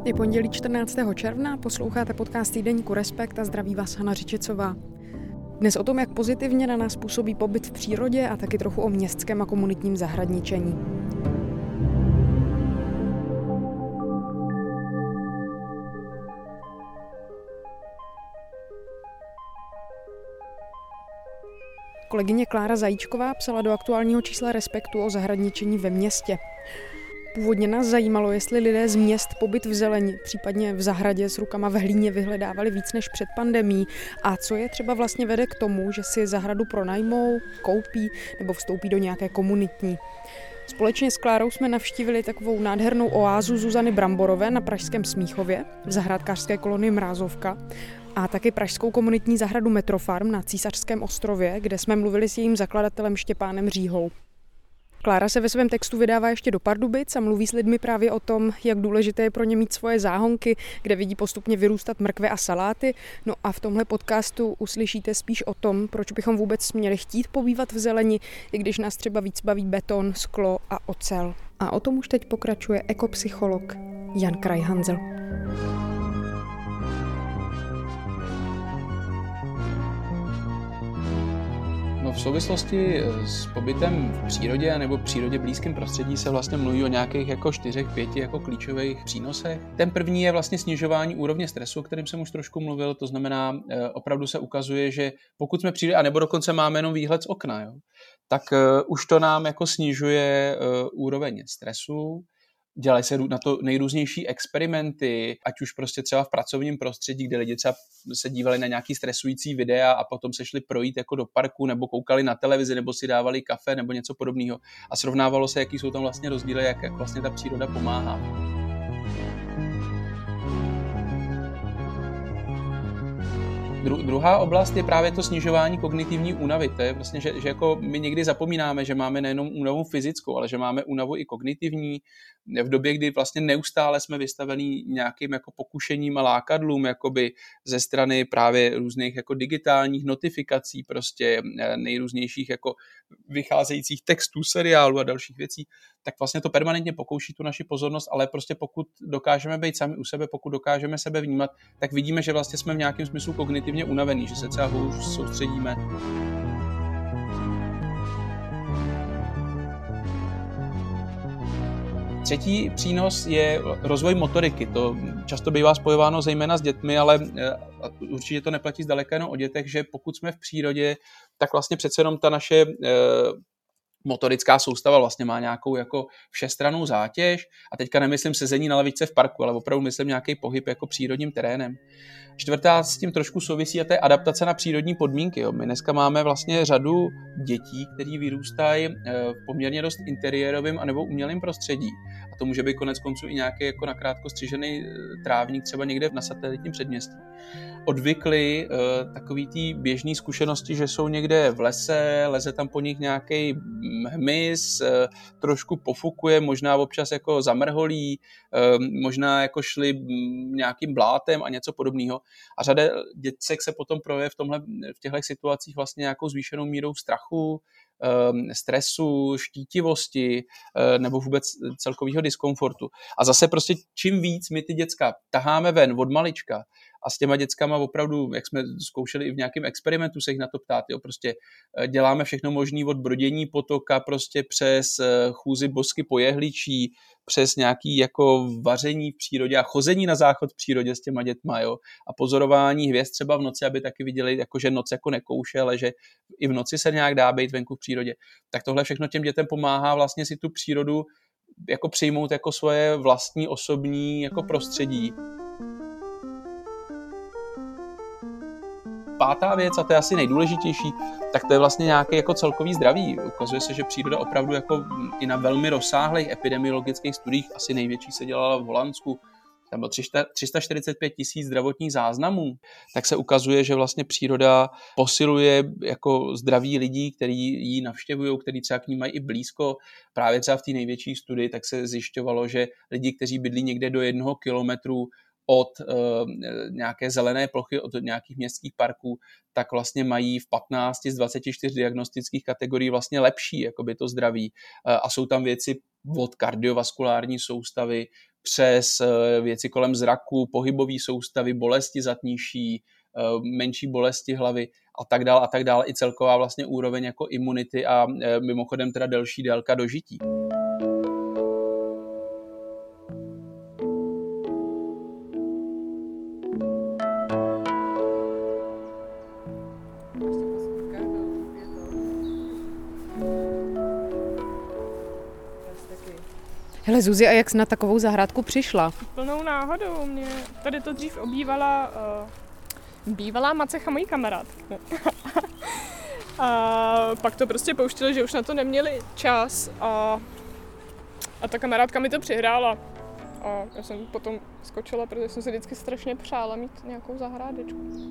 Je pondělí 14. června, posloucháte podcast týdeníku Respekt a zdraví vás Hana Řičicová. Dnes o tom, jak pozitivně na nás působí pobyt v přírodě a taky trochu o městském a komunitním zahradničení. Kolegyně Klára Zajíčková psala do aktuálního čísla Respektu o zahradničení ve městě. Původně nás zajímalo, jestli lidé z měst pobyt v zeleni, případně v zahradě s rukama v hlíně vyhledávali víc než před pandemií a co je třeba vlastně vede k tomu, že si zahradu pronajmou, koupí nebo vstoupí do nějaké komunitní. Společně s Klárou jsme navštívili takovou nádhernou oázu Zuzany Bramborové na pražském Smíchově, v zahrádkářské kolonii Mrázovka, a taky pražskou komunitní zahradu Metrofarm na Císařském ostrově, kde jsme mluvili s jejím zakladatelem Štěpánem Říhou. Klára se ve svém textu vydává ještě do Pardubic a mluví s lidmi právě o tom, jak důležité je pro ně mít svoje záhonky, kde vidí postupně vyrůstat mrkve a saláty. No a v tomhle podcastu uslyšíte spíš o tom, proč bychom vůbec měli chtít pobývat v zeleni, i když nás třeba víc baví beton, sklo a ocel. A o tom už teď pokračuje ekopsycholog Jan Krajhanzel. No, v souvislosti s pobytem v přírodě nebo přírodě blízkém prostředí se vlastně mluví o nějakých jako 4-5 jako klíčových přínosech. Ten první je vlastně snižování úrovně stresu, o kterém jsem už trošku mluvil, to znamená, opravdu se ukazuje, že pokud jsme přijeli, anebo dokonce máme jenom výhled z okna, jo, tak už to nám jako snižuje úroveň stresu. Dělají se na to nejrůznější experimenty, ať už prostě třeba v pracovním prostředí, kde lidi třeba se dívali na nějaký stresující videa a potom se šli projít jako do parku nebo koukali na televizi nebo si dávali kafe nebo něco podobného a srovnávalo se, jaký jsou tam vlastně rozdíly, jak vlastně ta příroda pomáhá. Druhá oblast je právě to snižování kognitivní únavy. To je vlastně, že jako my někdy zapomínáme, že máme nejenom únavu fyzickou, ale že máme únavu i kognitivní. V době, kdy vlastně neustále jsme vystavení nějakým jako pokušením a lákadlům jakoby ze strany právě různých jako digitálních notifikací, prostě nejrůznějších jako vycházejících textů, seriálů a dalších věcí, tak vlastně to permanentně pokouší tu naši pozornost, ale prostě pokud dokážeme být sami u sebe, pokud dokážeme sebe vnímat, tak vidíme, že vlastně jsme v nějakém smyslu kognitivně unavený, že se třeba hůř soustředíme. Třetí přínos je rozvoj motoriky. To často bývá spojováno zejména s dětmi, ale určitě to neplatí zdaleka jenom o dětech, že pokud jsme v přírodě, tak vlastně přece jenom ta naše motorická soustava vlastně má nějakou jako všestrannou zátěž a teďka nemyslím sezení na lavičce v parku, ale opravdu myslím nějaký pohyb jako přírodním terénem. Čtvrtá s tím trošku souvisí a to je adaptace na přírodní podmínky. Jo. My dneska máme vlastně řadu dětí, které vyrůstají v poměrně dost interiérovém anebo umělém prostředí. A to může být konec konců i nějaký jako nakrátko střižený trávník třeba někde na satelitním předměstí. Odvykli takový ty běžné zkušenosti, že jsou někde v lese, leze tam po nich nějaký hmyz, trošku pofukuje, možná občas jako zamrholí, možná jako šli nějakým blátem a něco podobného. A řada děcek se potom projeví v těchto situacích vlastně nějakou zvýšenou mírou strachu, stresu, štítivosti nebo vůbec celkového diskomfortu. A zase prostě čím víc my ty děcka taháme ven od malička a s těma dětskama opravdu, jak jsme zkoušeli i v nějakém experimentu se jich na to ptát, jo, prostě děláme všechno možné od brodění potoka prostě přes chůzi bosky po jehličí, přes nějaký jako vaření v přírodě a chození na záchod v přírodě s těma dětma, jo, a pozorování hvězd třeba v noci, aby taky viděli, jako že noc jako nekouše, ale že i v noci se nějak dá být venku v přírodě. Tak tohle všechno těm dětem pomáhá vlastně si tu přírodu jako přijmout jako svoje vlastní osobní jako prostředí. Pátá věc, a to je asi nejdůležitější, tak to je vlastně nějaké jako celkový zdraví. Ukazuje se, že příroda opravdu jako i na velmi rozsáhlých epidemiologických studiích, asi největší se dělala v Holandsku, tam bylo 345 000 zdravotních záznamů, tak se ukazuje, že vlastně příroda posiluje jako zdraví lidí, kteří ji navštěvují, kteří třeba k ní mají i blízko. Právě třeba v té největší studii tak se zjišťovalo, že lidi, kteří bydlí někde do 1 kilometru od nějaké zelené plochy, od nějakých městských parků, tak vlastně mají v 15 z 24 diagnostických kategorií vlastně lepší jakoby to zdraví. A jsou tam věci od kardiovaskulární soustavy přes věci kolem zraku, pohybové soustavy, bolesti zadniší, menší bolesti hlavy a tak dále, i celková vlastně úroveň jako imunity a mimochodem teda delší délka dožití. Hele Zuzi, a jak jsi na takovou zahrádku přišla? Plnou náhodou. Mě tady to dřív obývala bývalá macecha mojí kamarádky. A pak to prostě pouštili, že už na to neměli čas a ta kamarádka mi to přihrála. A já jsem potom skočila, protože jsem si vždycky strašně přála mít nějakou zahrádečku.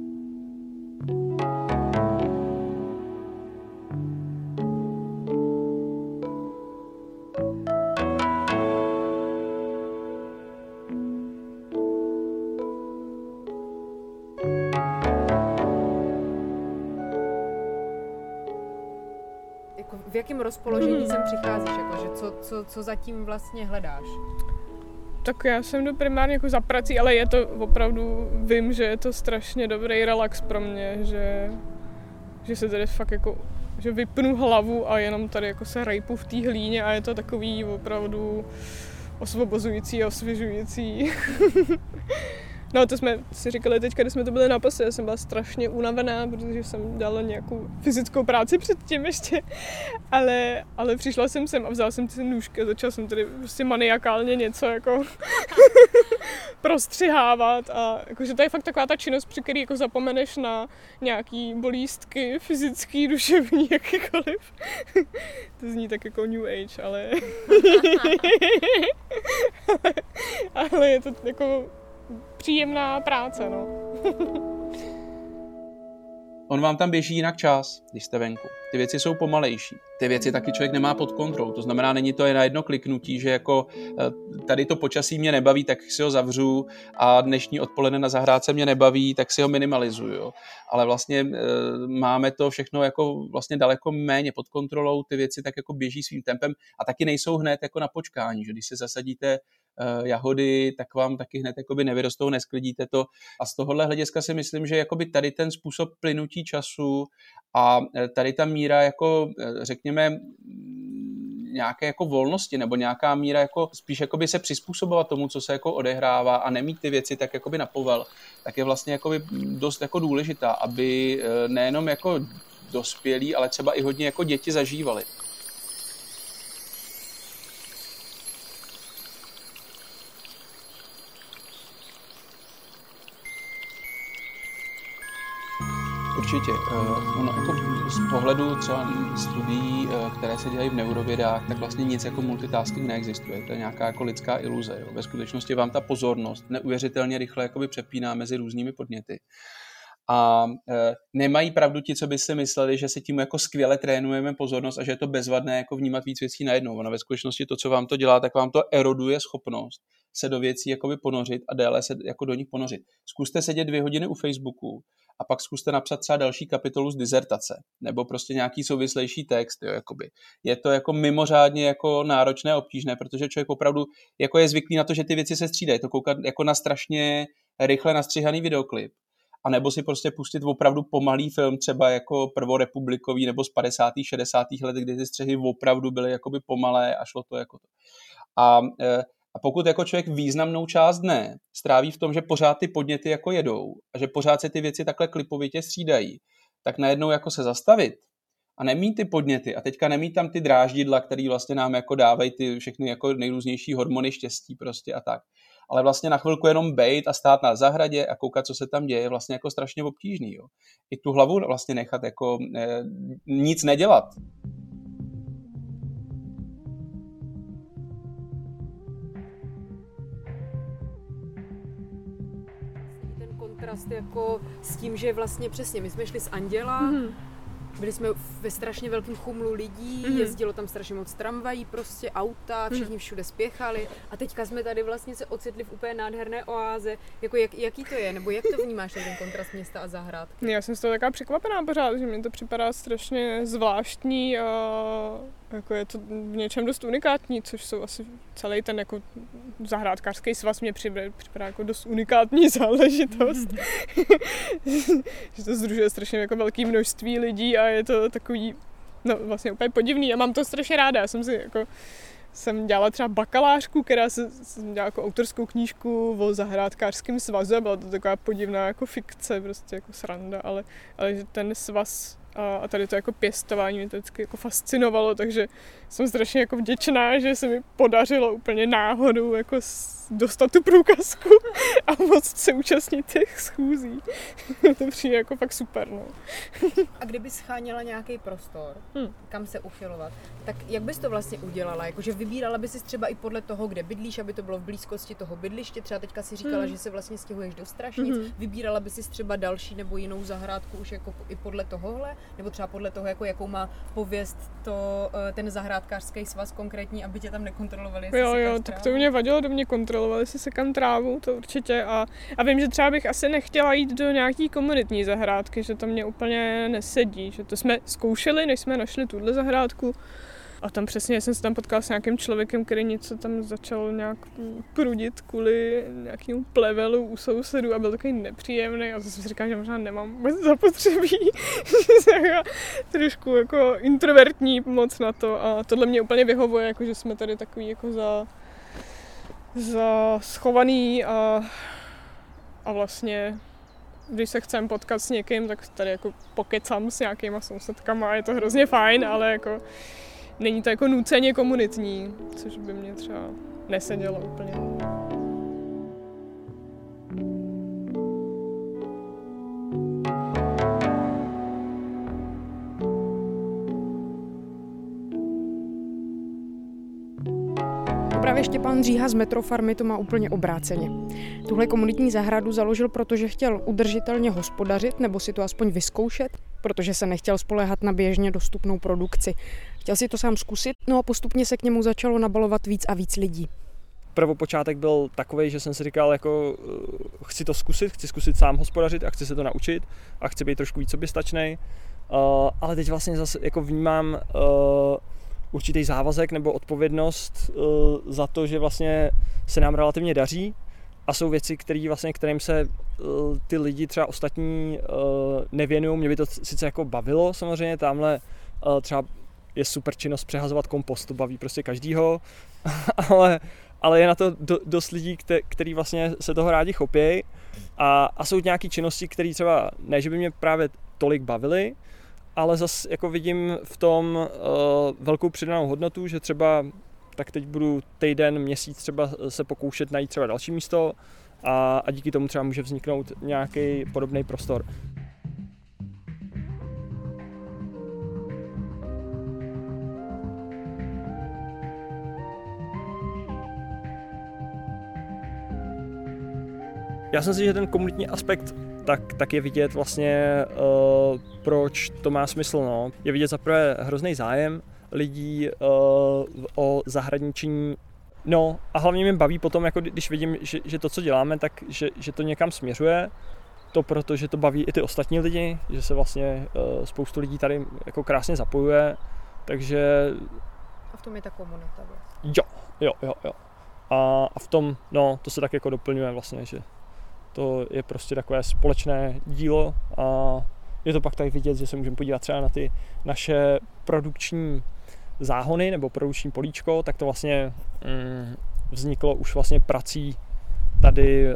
V jakém rozpoložení sem přicházíš? Jakože co zatím vlastně hledáš? Tak já jsem jdu primárně jako za prací, ale je to opravdu, vím, že je to strašně dobrý relax pro mě, že se tady fakt jako, že vypnu hlavu a jenom tady jako se rejpu v té hlíně a je to takový opravdu osvobozující a osvěžující. No to jsme si říkali teď, když jsme to byli na pase, já jsem byla strašně unavená, protože jsem dělala nějakou fyzickou práci předtím ještě, ale přišla jsem sem a vzala jsem ty nůžky a začala jsem tady prostě maniakálně něco jako prostřihávat a jakože to je fakt taková ta činnost, při který jako zapomeneš na nějaký bolístky, fyzický, duševní, jakýkoliv. To zní tak jako New Age, ale je to jako příjemná práce, no. On vám tam běží jinak čas, když jste venku. Ty věci jsou pomalejší. Ty věci taky člověk nemá pod kontrolou. To znamená, není to jen na jedno kliknutí, že jako tady to počasí mě nebaví, tak si ho zavřu a dnešní odpoledne na zahrádce mě nebaví, tak si ho minimalizuju. Jo. Ale vlastně máme to všechno jako vlastně daleko méně pod kontrolou, ty věci tak jako běží svým tempem a taky nejsou hned jako na počkání, že když se zasadíte jahody, tak vám taky hned jakoby nevyrostou, nesklidíte to. A z tohohle hlediska si myslím, že jakoby tady ten způsob plynutí času a tady ta míra jako řekněme nějaké jako volnosti nebo nějaká míra jako spíš jakoby se přizpůsobovat tomu, co se jako odehrává a nemít ty věci tak jakoby na povel, tak je vlastně jakoby dost jako důležitá, aby nejenom jako dospělí, ale třeba i hodně jako děti zažívali. Určitě. Ono jako z pohledu třeba studií, které se dělají v neurovědách, tak vlastně nic jako multitasking neexistuje. To je nějaká jako lidská iluze. Jo. Ve skutečnosti vám ta pozornost neuvěřitelně rychle jakoby přepíná mezi různými podněty. A nemají pravdu ti, co by si mysleli, že si tím jako skvěle trénujeme pozornost a že je to bezvadné jako vnímat víc věcí najednou. Ono ve skutečnosti to, co vám to dělá, tak vám to eroduje schopnost se do věcí jakoby ponořit a déle se jako do nich ponořit. Zkuste sedět 2 hodiny u Facebooku a pak zkuste napsat třeba další kapitolu z dizertace nebo prostě nějaký souvislejší text. Jo, jakoby. Je to jako mimořádně jako náročné, obtížné, protože člověk opravdu jako je zvyklý na to, že ty věci se střídají. To koukat jako na strašně rychle nastřihaný videoklip. A nebo si prostě pustit opravdu pomalý film, třeba jako prvorepublikový nebo z 50. 60. let, kdy ty střihy opravdu byly jakoby pomalé a šlo to jako to. A pokud jako člověk významnou část dne stráví v tom, že pořád ty podněty jako jedou a že pořád se ty věci takhle klipovitě střídají, tak najednou jako se zastavit a nemít ty podněty a teďka nemít tam ty dráždidla, které vlastně nám jako dávají ty všechny jako nejrůznější hormony štěstí prostě a tak. Ale vlastně na chvilku jenom bejt a stát na zahradě a koukat, co se tam děje, je vlastně jako strašně obtížný. Jo. I tu hlavu vlastně nechat jako nic nedělat. Ten kontrast jako s tím, že vlastně přesně, my jsme šli z Anděla, byli jsme ve strašně velkém chumlu lidí, jezdilo tam strašně moc tramvají, prostě auta, všichni všude spěchali a teďka jsme tady vlastně se ocitli v úplně nádherné oáze. Jako jaký to je, nebo jak to vnímáš, ten kontrast města a zahrádky? Já jsem z toho taková překvapená pořád, že mi to připadá strašně zvláštní a Jako je to v něčem dost unikátní, což jsou asi celý ten jako zahrádkářský svaz mě připadá jako dost unikátní záležitost. Že to sdružuje strašně jako velké množství lidí a je to takový, no vlastně úplně podivný a mám to strašně ráda. Jsem dělala třeba bakalářku, jsem dělala jako autorskou knížku o zahrádkářském svazu a byla to taková podivná jako fikce, prostě jako sranda, ale že ten svaz a tady to jako pěstování mě to vždycky jako fascinovalo, takže jsem strašně jako vděčná, že se mi podařilo úplně náhodou jako dostat tu průkazku a moct se účastnit těch schůzí. To přijde jako fakt super, no. A kdyby scháněla nějaký prostor, kam se uchylovat, tak jak bys to vlastně udělala? Jakože vybírala bys si třeba i podle toho, kde bydlíš, aby to bylo v blízkosti toho bydliště? Třeba teďka si říkala, že se vlastně stěhuješ do Strašnic. Vybírala bys si třeba další nebo jinou zahrádku už jako i podle tohohle? Nebo třeba podle toho, jako jakou má pověst ten zahrádkářský svaz konkrétní, aby tě tam nekontrolovali? Jo, tak to mě vadilo, do mě kontrolovali, jestli sekám trávu, to určitě. A vím, že třeba bych asi nechtěla jít do nějaký komunitní zahrádky, že to mě úplně nesedí. Že to jsme zkoušeli, než jsme našli tuhle zahrádku. A tam přesně jsem se tam potkala s nějakým člověkem, který něco tam začal nějak prudit kvůli nějakému plevelu u sousedů a byl takový nepříjemný. A to jsem si říkala, že možná nemám vůbec zapotřebí. Trošku jako introvertní moc na to. A tohle mě úplně vyhovuje, jako že jsme tady takový jako za schovaný a vlastně když se chcem potkat s někým, tak tady jako pokecám s nějakýma sousedkama a je to hrozně fajn, ale jako není to jako nuceně komunitní, což by mě třeba nesedělo úplně. Právě Štěpán Dříha z Metrofarmy to má úplně obráceně. Tuhle komunitní zahradu založil, protože chtěl udržitelně hospodařit, nebo si to aspoň vyzkoušet, protože se nechtěl spoléhat na běžně dostupnou produkci. Chtěl si to sám zkusit, no a postupně se k němu začalo nabalovat víc a víc lidí. Prvopočátek byl takovej, že jsem si říkal, jako chci to zkusit, chci zkusit sám hospodařit a chci se to naučit a chci být trošku víc soběstačnej, ale teď vlastně zase jako vnímám určitý závazek nebo odpovědnost za to, že vlastně se nám relativně daří a jsou věci, kterým se ty lidi třeba ostatní nevěnují. Mě by to sice jako bavilo samozřejmě, tamhle třeba je super činnost přehazovat kompost, to baví prostě každýho, ale je na to dost lidí, kteří vlastně se toho rádi chopějí a jsou nějaké činnosti, které třeba ne, že by mě právě tolik bavily, ale zase jako vidím v tom velkou přidanou hodnotu, že třeba tak teď budu týden, měsíc třeba se pokoušet najít třeba další místo a díky tomu třeba může vzniknout nějaký podobný prostor. Já si myslím, že ten komunitní aspekt tak je vidět vlastně, proč to má smysl. No. Je vidět zaprvé hrozný zájem lidí o zahradničení. No a hlavně mě baví potom, jako když vidím, že to, co děláme, tak že to někam směřuje. To protože to baví i ty ostatní lidi, že se vlastně spoustu lidí tady jako krásně zapojuje. Takže... A v tom je ta komunita vlastně. Jo. A v tom, no, to se tak jako doplňuje vlastně, že to je prostě takové společné dílo a je to pak tady vidět, že se můžeme podívat třeba na ty naše produkční záhony nebo produkční políčko, tak to vlastně vzniklo už vlastně prací tady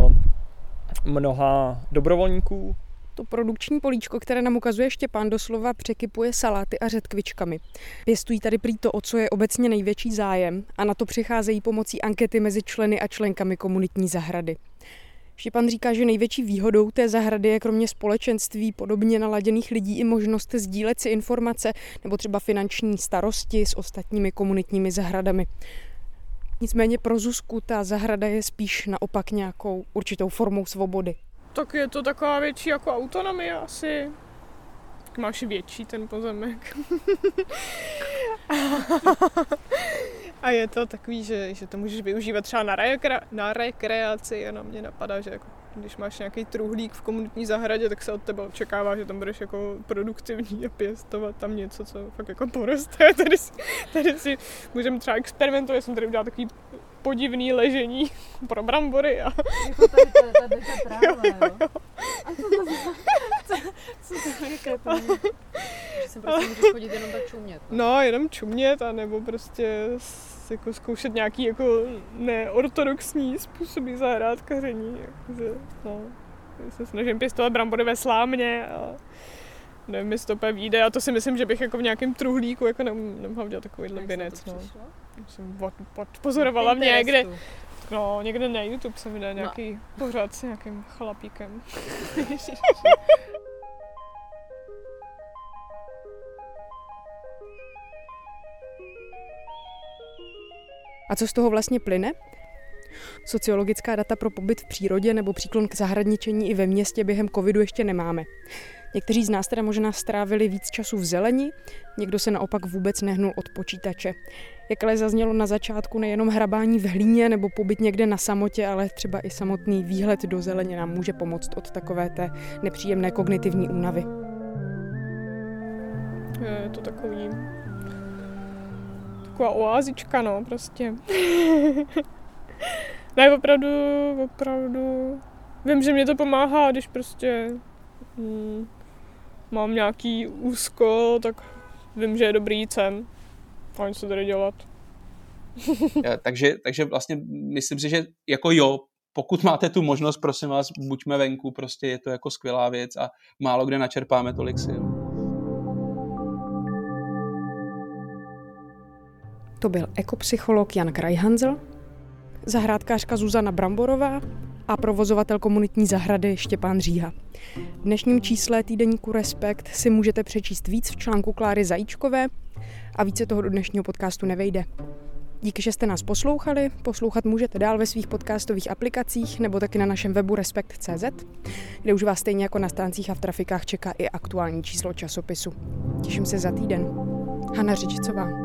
mnoha dobrovolníků. To produkční políčko, které nám ukazuje Štěpán, doslova překypuje saláty a řetkvičkami. Pěstují tady prý to, o co je obecně největší zájem a na to přicházejí pomocí ankety mezi členy a členkami komunitní zahrady. Štěpán říká, že největší výhodou té zahrady je kromě společenství podobně naladěných lidí i možnost sdílet si informace nebo třeba finanční starosti s ostatními komunitními zahradami. Nicméně pro Zuzku ta zahrada je spíš naopak nějakou určitou formou svobody. Tak je to taková větší jako autonomie asi. Tak máš větší ten pozemek. A je to takový, že to můžeš využívat třeba na rekreaci, jenom mě napadá, že jako když máš nějaký truhlík v komunitní zahradě, tak se od tebe očekává, že tam budeš jako produktivní a pěstovat tam něco, co fakt jako poroste. Tady si můžeme třeba experimentovat, já jsem tady udělala takový podivný ležení pro brambory a... Jako tady ta tráva, jo? A co to je to? Že jsem prostě můžeš chodit jenom tak čumět. No, jenom čumět, anebo prostě jako zkoušet nějaký jako neortodoxní způsoby zahrádkaření. No, se snažím pěstovat brambory ve slámě a nevím, jestli to úplně vyjde. A to si myslím, že bych jako v nějakém truhlíku jako nemohla udělat takovýhle binec. No. Jsem pozorovala mě někde. No, někde na YouTube jsem vydala nějaký pořad s nějakým chlapíkem. A co z toho vlastně plyne? Sociologická data pro pobyt v přírodě nebo příklon k zahradničení i ve městě během covidu ještě nemáme. Někteří z nás teda možná strávili víc času v zeleni, někdo se naopak vůbec nehnul od počítače. Jak ale zaznělo na začátku, nejenom hrabání v hlíně nebo pobyt někde na samotě, ale třeba i samotný výhled do zeleně nám může pomoct od takové té nepříjemné kognitivní únavy. Je to taková oázička, no, prostě. Ne, opravdu. Vím, že mě to pomáhá, když prostě mám nějaký úzko, tak vím, že je dobrý jít sem a něco tady dělat. takže vlastně myslím si, že jako jo, pokud máte tu možnost, prosím vás, buďme venku, prostě je to jako skvělá věc a málo kde načerpáme tolik sil. To byl ekopsycholog Jan Krajhanzl, zahrádkářka Zuzana Bramborová a provozovatel komunitní zahrady Štěpán Říha. V dnešním čísle týdeníku Respekt si můžete přečíst víc v článku Kláry Zajíčkové a více toho do dnešního podcastu nevejde. Díky, že jste nás poslouchali. Poslouchat můžete dál ve svých podcastových aplikacích nebo taky na našem webu respekt.cz, kde už vás stejně jako na stáncích a v trafikách čeká i aktuální číslo časopisu. Těším se za týden. Hana Řičicová.